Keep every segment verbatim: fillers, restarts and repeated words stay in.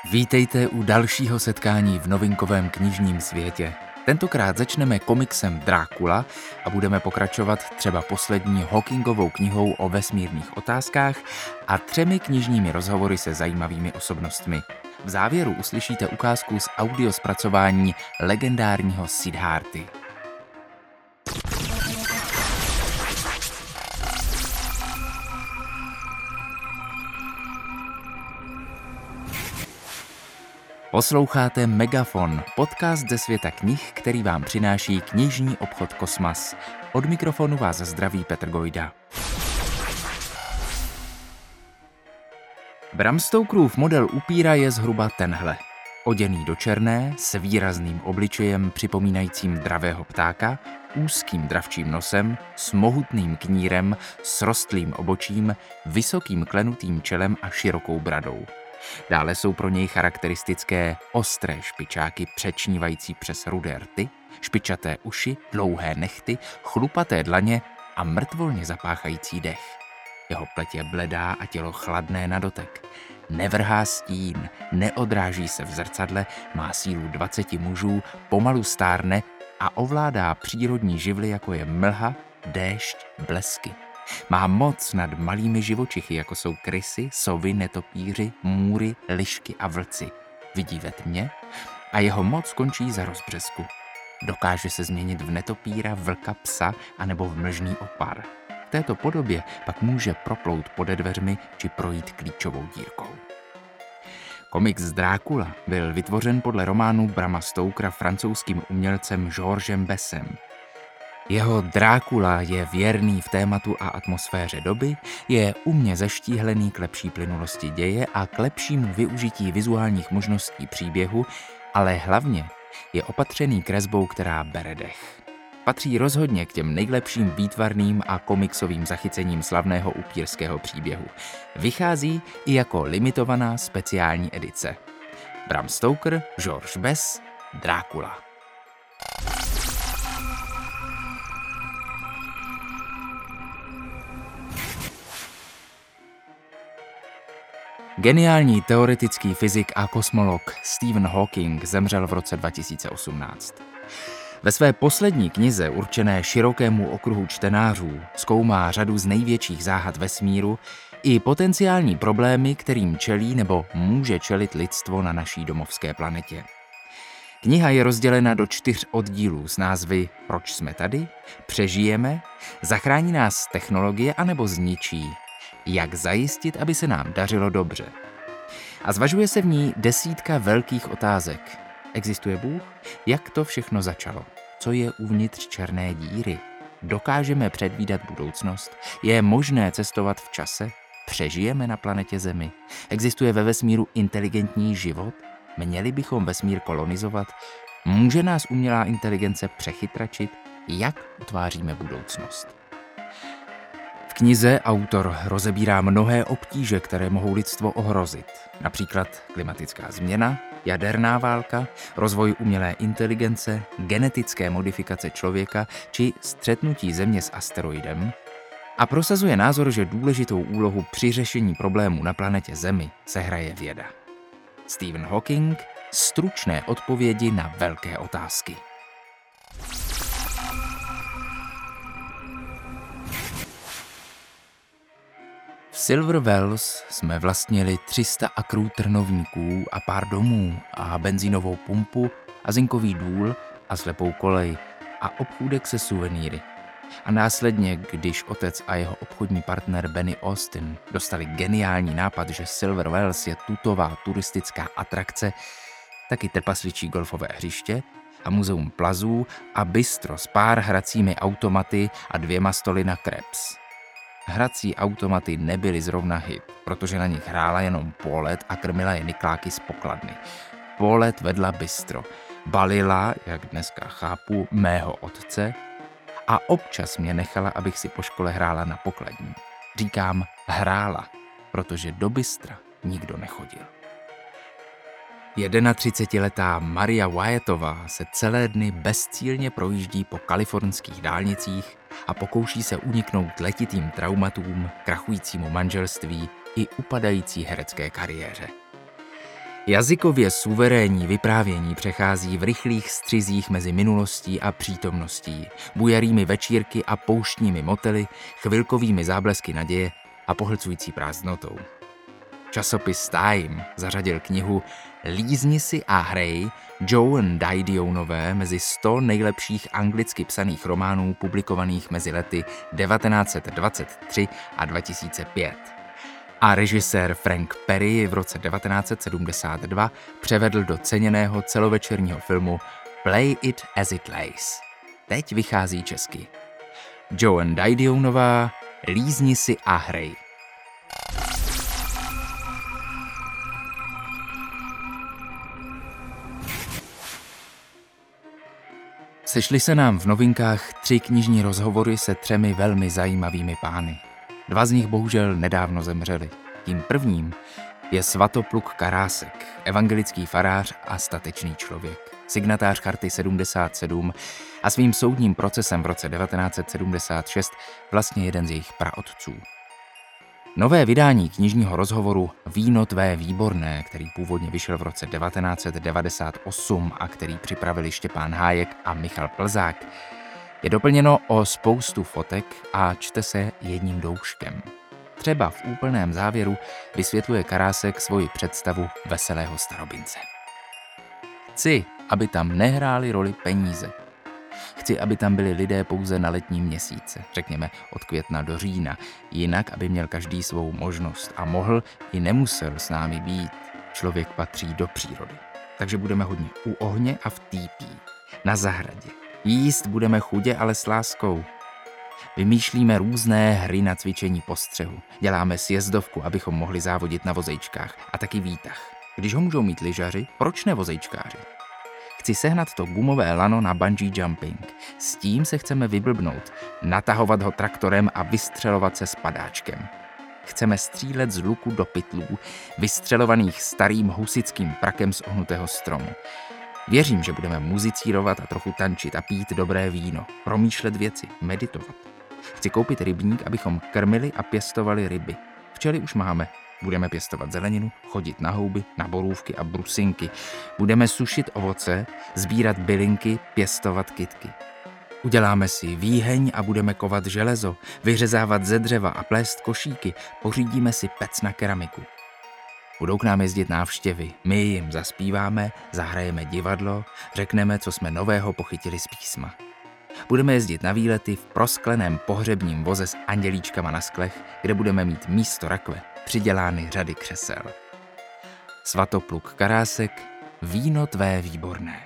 Vítejte u dalšího setkání v novinkovém knižním světě. Tentokrát začneme komiksem Drákula a budeme pokračovat třeba poslední Hawkingovou knihou o vesmírných otázkách a třemi knižními rozhovory se zajímavými osobnostmi. V závěru uslyšíte ukázku z audiozpracování legendárního Siddharty. Posloucháte Megafon, podcast ze světa knih, který vám přináší knižní obchod Kosmas. Od mikrofonu vás zdraví Petr Gojda. Bram Stokerův model upíra je zhruba tenhle. Oděný do černé, s výrazným obličejem připomínajícím dravého ptáka, úzkým dravčím nosem, s mohutným knírem, s rostlým obočím, vysokým klenutým čelem a širokou bradou. Dále jsou pro něj charakteristické ostré špičáky přečnívající přes rudé rty, špičaté uši, dlouhé nehty, chlupaté dlaně a mrtvolně zapáchající dech. Jeho pleť je bledá a tělo chladné na dotek. Nevrhá stín, neodráží se v zrcadle, má sílu dvaceti mužů, pomalu stárne a ovládá přírodní živly, jako je mlha, déšť, blesky. Má moc nad malými živočichy, jako jsou krysy, sovy, netopíři, můry, lišky a vlci. Vidí ve tmě a jeho moc končí za rozbřesku. Dokáže se změnit v netopíra, vlka, psa anebo v mlžný opar. V této podobě pak může proplout pode dveřmi či projít klíčovou dírkou. Komiks Drákula byl vytvořen podle románu Brama Stokera francouzským umělcem Georgem Bessem. Jeho Drákula je věrný v tématu a atmosféře doby, je umně zeštíhlený k lepší plynulosti děje a k lepšímu využití vizuálních možností příběhu, ale hlavně je opatřený kresbou, která bere dech. Patří rozhodně k těm nejlepším výtvarným a komiksovým zachycením slavného upírského příběhu. Vychází i jako limitovaná speciální edice. Bram Stoker, George Bess, Drákula. Geniální teoretický fyzik a kosmolog Stephen Hawking zemřel v roce dva tisíce osmnáct. Ve své poslední knize, určené širokému okruhu čtenářů, zkoumá řadu z největších záhad vesmíru i potenciální problémy, kterým čelí nebo může čelit lidstvo na naší domovské planetě. Kniha je rozdělena do čtyř oddílů s názvy Proč jsme tady, Přežijeme, Zachrání nás technologie anebo zničí, Jak zajistit, aby se nám dařilo dobře. A zvažuje se v ní desítka velkých otázek. Existuje Bůh? Jak to všechno začalo? Co je uvnitř černé díry? Dokážeme předvídat budoucnost? Je možné cestovat v čase? Přežijeme na planetě Zemi? Existuje ve vesmíru inteligentní život? Měli bychom vesmír kolonizovat? Může nás umělá inteligence přechytračit? Jak utváříme budoucnost? V knize autor rozebírá mnohé obtíže, které mohou lidstvo ohrozit. Například klimatická změna, jaderná válka, rozvoj umělé inteligence, genetické modifikace člověka či střetnutí Země s asteroidem a prosazuje názor, že důležitou úlohu při řešení problémů na planetě Zemi sehraje věda. Stephen Hawking, stručné odpovědi na velké otázky. V Silver Wells jsme vlastnili tři sta akrů trnovníků a pár domů a benzínovou pumpu a zinkový důl a slepou kolej a obchůdek se suvenýry. A následně, když otec a jeho obchodní partner Benny Austin dostali geniální nápad, že Silver Wells je tutová turistická atrakce, taky trpasličí golfové hřiště a muzeum plazů a bistro s pár hracími automaty a dvěma stoly na kreps. Hrací automaty nebyly zrovna hit, protože na nich hrála jenom Paulette a krmila je nikláky z pokladny. Paulette vedla bistro, balila, jak dneska chápu, mého otce a občas mě nechala, abych si po škole hrála na pokladní. Říkám hrála, protože do bistra nikdo nechodil. třicetiletá Maria Wyattová se celé dny bezcílně projíždí po kalifornských dálnicích a pokouší se uniknout letitým traumatům, krachujícímu manželství i upadající herecké kariéře. Jazykově suverénní vyprávění přechází v rychlých střizích mezi minulostí a přítomností, bujarými večírky a pouštními motely, chvilkovými záblesky naděje a pohlcující prázdnotou. Časopis Time zařadil knihu Lízni si a hrej Joan Didionové mezi sto nejlepších anglicky psaných románů publikovaných mezi lety devatenáct set dvacet tři a dva tisíce pět. A režisér Frank Perry v roce devatenáct set sedmdesát dva převedl do ceněného celovečerního filmu Play It As It Lays. Teď vychází česky. Joan Didionová, Lízni si a hrej. Sešly se nám v novinkách tři knižní rozhovory se třemi velmi zajímavými pány. Dva z nich bohužel nedávno zemřeli. Tím prvním je Svatopluk Karásek, evangelický farář a statečný člověk, signatář Charty sedmdesát sedm a svým soudním procesem v roce devatenáct set sedmdesát šest vlastně jeden z jejich praotců. Nové vydání knižního rozhovoru Víno tvé výborné, který původně vyšel v roce devatenáct set devadesát osm a který připravili Štěpán Hájek a Michal Plzák, je doplněno o spoustu fotek a čte se jedním douškem. Třeba v úplném závěru vysvětluje Karásek svoji představu veselého starobince. Chci, aby tam nehrály roli peníze. Chci, aby tam byli lidé pouze na letní měsíce, řekněme od května do října, jinak, aby měl každý svou možnost a mohl i nemusel s námi být. Člověk patří do přírody. Takže budeme hodně u ohně a v týpí, na zahradě. Jíst budeme chudě, ale s láskou. Vymýšlíme různé hry na cvičení postřehu. Děláme sjezdovku, abychom mohli závodit na vozejčkách a taky výtah. Když ho můžou mít lyžaři, proč ne vozejčkáři? Chci sehnat to gumové lano na bungee jumping. S tím se chceme vyblbnout, natahovat ho traktorem a vystřelovat se s padáčkem. Chceme střílet z luku do pytlů, vystřelovaných starým husickým prakem z ohnutého stromu. Věřím, že budeme muzicírovat a trochu tančit a pít dobré víno, promýšlet věci, meditovat. Chci koupit rybník, abychom krmili a pěstovali ryby. Včely už máme. Budeme pěstovat zeleninu, chodit na houby, na borůvky a brusinky. Budeme sušit ovoce, sbírat bylinky, pěstovat kytky. Uděláme si výheň a budeme kovat železo, vyřezávat ze dřeva a plést košíky, pořídíme si pec na keramiku. Budou k nám jezdit návštěvy, my jim zaspíváme, zahrajeme divadlo, řekneme, co jsme nového pochytili z písma. Budeme jezdit na výlety v proskleném pohřebním voze s andělíčkama na sklech, kde budeme mít místo rakve přidělány řady křesel. Svatopluk Karásek, Víno tvé výborné.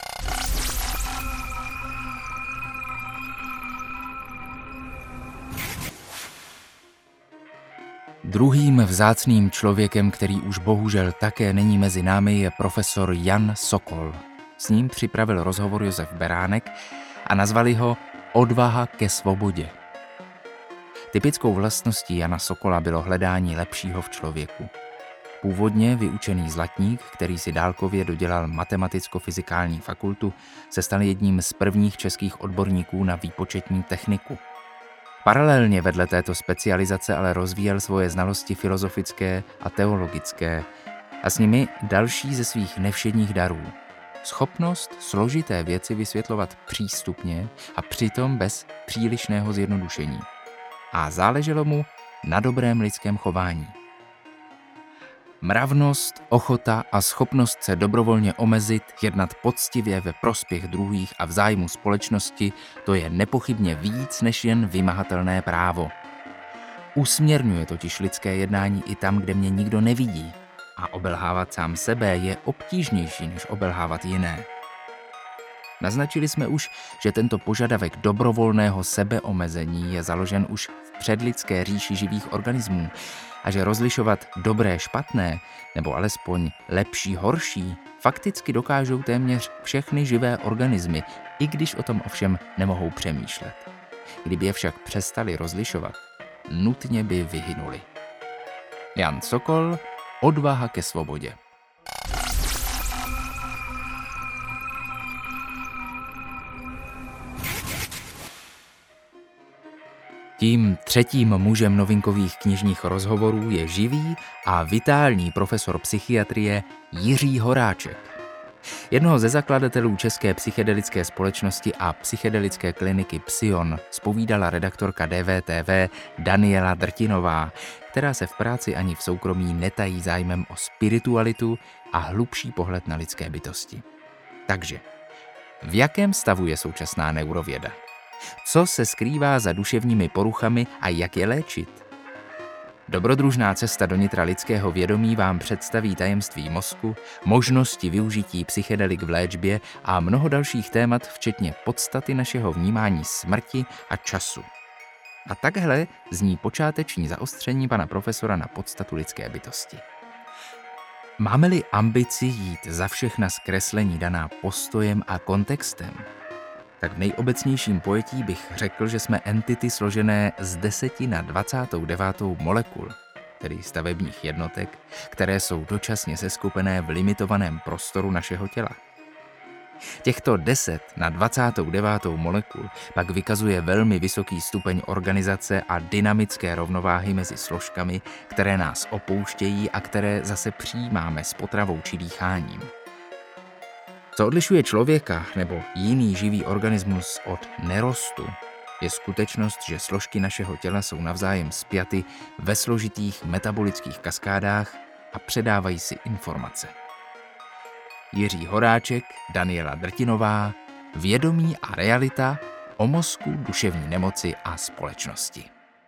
Druhým vzácným člověkem, který už bohužel také není mezi námi, je profesor Jan Sokol. S ním připravil rozhovor Josef Beránek a nazvali ho Odvaha ke svobodě. Typickou vlastností Jana Sokola bylo hledání lepšího v člověku. Původně vyučený zlatník, který si dálkově dodělal matematicko-fyzikální fakultu, se stal jedním z prvních českých odborníků na výpočetní techniku. Paralelně vedle této specializace ale rozvíjel svoje znalosti filozofické a teologické a s nimi další ze svých nevšedních darů. Schopnost složité věci vysvětlovat přístupně a přitom bez přílišného zjednodušení. A záleželo mu na dobrém lidském chování. Mravnost, ochota a schopnost se dobrovolně omezit, jednat poctivě ve prospěch druhých a v zájmu společnosti, to je nepochybně víc než jen vymahatelné právo. Usměrňuje totiž lidské jednání i tam, kde mě nikdo nevidí. A obelhávat sám sebe je obtížnější, než obelhávat jiné. Naznačili jsme už, že tento požadavek dobrovolného sebeomezení je založen už v předlidské říši živých organismů a že rozlišovat dobré špatné, nebo alespoň lepší horší, fakticky dokážou téměř všechny živé organismy, i když o tom ovšem nemohou přemýšlet. Kdyby je však přestali rozlišovat, nutně by vyhynuli. Jan Sokol, Odvaha ke svobodě. Tím třetím mužem novinkových knižních rozhovorů je živý a vitální profesor psychiatrie Jiří Horáček. Jednoho ze zakladatelů České psychedelické společnosti a psychedelické kliniky Psion zpovídala redaktorka D V T V Daniela Drtinová, která se v práci ani v soukromí netají zájmem o spiritualitu a hlubší pohled na lidské bytosti. Takže, v jakém stavu je současná neurověda? Co se skrývá za duševními poruchami a jak je léčit? Dobrodružná cesta do nitra lidského vědomí vám představí tajemství mozku, možnosti využití psychedelik v léčbě a mnoho dalších témat, včetně podstaty našeho vnímání smrti a času. A takhle zní počáteční zaostření pana profesora na podstatu lidské bytosti. Máme-li ambici jít za všechna zkreslení daná postojem a kontextem, tak v nejobecnějším pojetí bych řekl, že jsme entity složené z deseti na dvacátou devátou molekul, tedy stavebních jednotek, které jsou dočasně seskupené v limitovaném prostoru našeho těla. Těchto deset na dvacátou devátou molekul pak vykazuje velmi vysoký stupeň organizace a dynamické rovnováhy mezi složkami, které nás opouštějí a které zase přijímáme s potravou či dýcháním. Co odlišuje člověka nebo jiný živý organismus od nerostu, je skutečnost, že složky našeho těla jsou navzájem spjaty ve složitých metabolických kaskádách a předávají si informace. Jiří Horáček, Daniela Drtinová, Vědomí a realita o mozku, duševní nemoci a společnosti.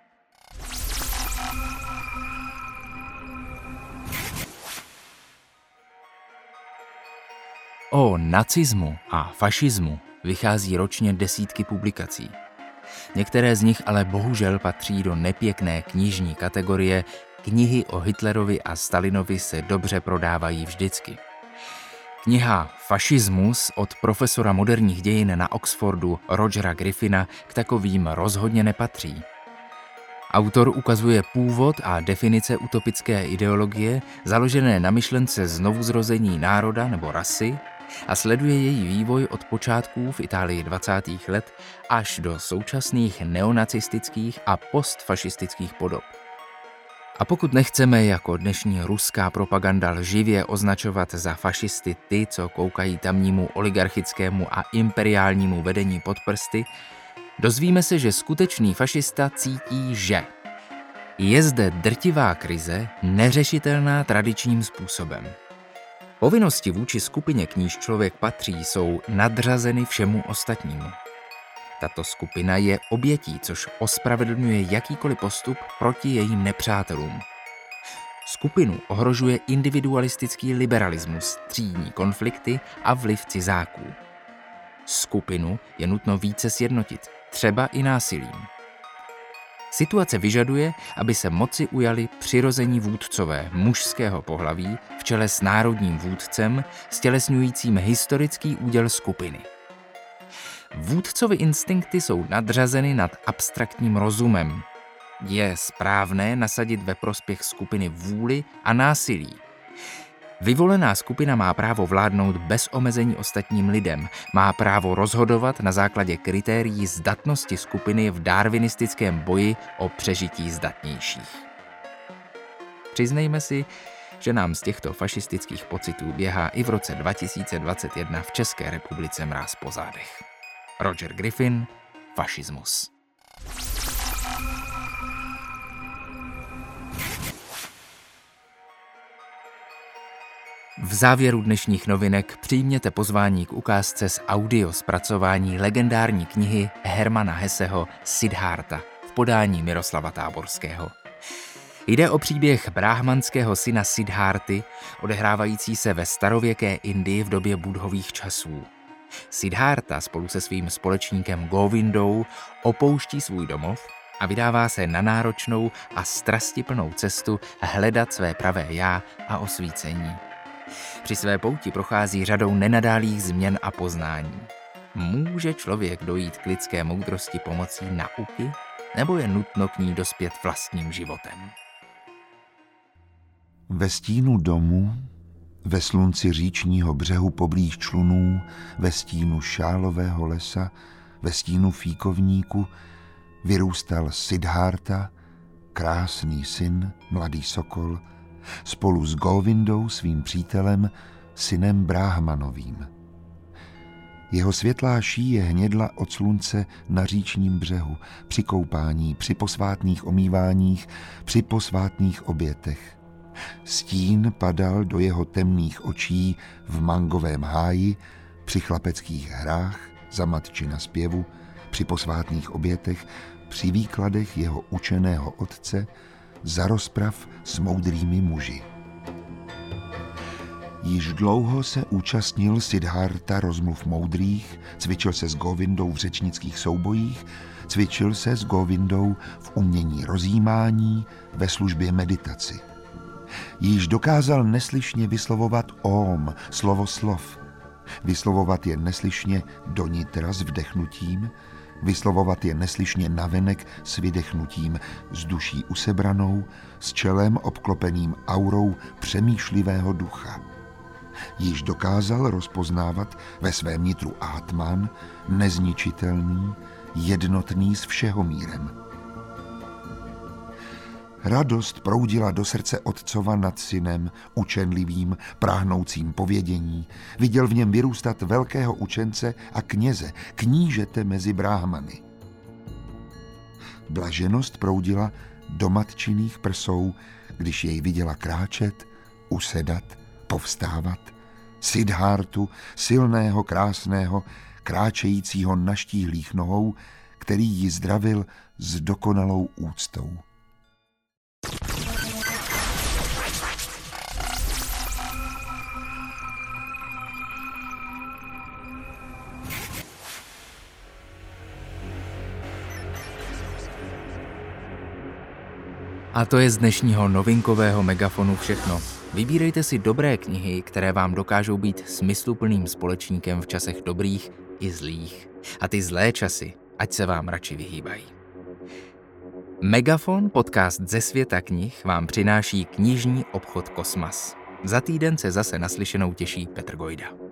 O nacismu a fašismu vychází ročně desítky publikací. Některé z nich ale bohužel patří do nepěkné knižní kategorie. Knihy o Hitlerovi a Stalinovi se dobře prodávají vždycky. Kniha Fašismus od profesora moderních dějin na Oxfordu Rogera Griffina k takovým rozhodně nepatří. Autor ukazuje původ a definice utopické ideologie založené na myšlence znovuzrození národa nebo rasy a sleduje její vývoj od počátků v Itálii dvacátých let až do současných neonacistických a postfašistických podob. A pokud nechceme jako dnešní ruská propaganda lživě označovat za fašisty ty, co koukají tamnímu oligarchickému a imperiálnímu vedení pod prsty, dozvíme se, že skutečný fašista cítí, že je zde drtivá krize, neřešitelná tradičním způsobem. Povinnosti vůči skupině, k níž člověk patří, jsou nadřazeny všemu ostatnímu. Tato skupina je obětí, což ospravedlňuje jakýkoliv postup proti jejím nepřátelům. Skupinu ohrožuje individualistický liberalismus, třídní konflikty a vliv cizáků. Skupinu je nutno více sjednotit, třeba i násilím. Situace vyžaduje, aby se moci ujali přirození vůdcové mužského pohlaví v čele s národním vůdcem, stělesňujícím historický úděl skupiny. Vůdcovy instinkty jsou nadřazeny nad abstraktním rozumem. Je správné nasadit ve prospěch skupiny vůli a násilí. Vyvolená skupina má právo vládnout bez omezení ostatním lidem, má právo rozhodovat na základě kritérií zdatnosti skupiny v darwinistickém boji o přežití zdatnějších. Přiznejme si, že nám z těchto fašistických pocitů běhá i v roce dva tisíce dvacet jedna v České republice mráz po zádech. Roger Griffin, Fašismus. V závěru dnešních novinek přijměte pozvání k ukázce z audio zpracování legendární knihy Hermana Hesseho Siddhárta v podání Miroslava Táborského. Jde o příběh bráhmanského syna Siddhárty, odehrávající se ve starověké Indii v době buddhových časů. Siddhárta spolu se svým společníkem Govindou opouští svůj domov a vydává se na náročnou a strastiplnou cestu hledat své pravé já a osvícení. Při své pouti prochází řadou nenadálých změn a poznání. Může člověk dojít k lidské moudrosti pomocí nauky, nebo je nutno k ní dospět vlastním životem? Ve stínu domu, ve slunci říčního břehu poblíž člunů, ve stínu šálového lesa, ve stínu fíkovníku, vyrůstal Siddhárta, krásný syn, mladý sokol, spolu s Govindou, svým přítelem, synem Bráhmanovým. Jeho světlá šíje hnědla od slunce na říčním břehu, při koupání, při posvátných omýváních, při posvátných obětech. Stín padal do jeho temných očí v mangovém háji, při chlapeckých hrách, za matčina zpěvu, při posvátných obětech, při výkladech jeho učeného otce, za rozprav s moudrými muži. Již dlouho se účastnil Siddhárta rozmluv moudrých, cvičil se s Govindou v řečnických soubojích, cvičil se s Govindou v umění rozjímání, ve službě meditaci. Již dokázal neslyšně vyslovovat Om, slovo slov. Vyslovovat je neslyšně do nitra s vdechnutím, vyslovovat je neslyšně navenek s vydechnutím, s duší usebranou, s čelem obklopeným aurou přemýšlivého ducha. Již dokázal rozpoznávat ve svém nitru Átman, nezničitelný, jednotný s všehomírem. Radost proudila do srdce otcova nad synem, učenlivým, práhnoucím povědění. Viděl v něm vyrůstat velkého učence a kněze, knížete mezi bráhmany. Blaženost proudila do matčiných prsou, když jej viděla kráčet, usedat, povstávat. Siddhártu, silného, krásného, kráčejícího na štíhlých nohou, který ji zdravil s dokonalou úctou. A to je z dnešního novinkového Megafonu všechno. Vybírejte si dobré knihy, které vám dokážou být smysluplným společníkem v časech dobrých i zlých. A ty zlé časy, ať se vám radši vyhýbají. Megafon, podcast ze světa knih, vám přináší knižní obchod Kosmas. Za týden se zase naslyšenou těší Petr Gojda.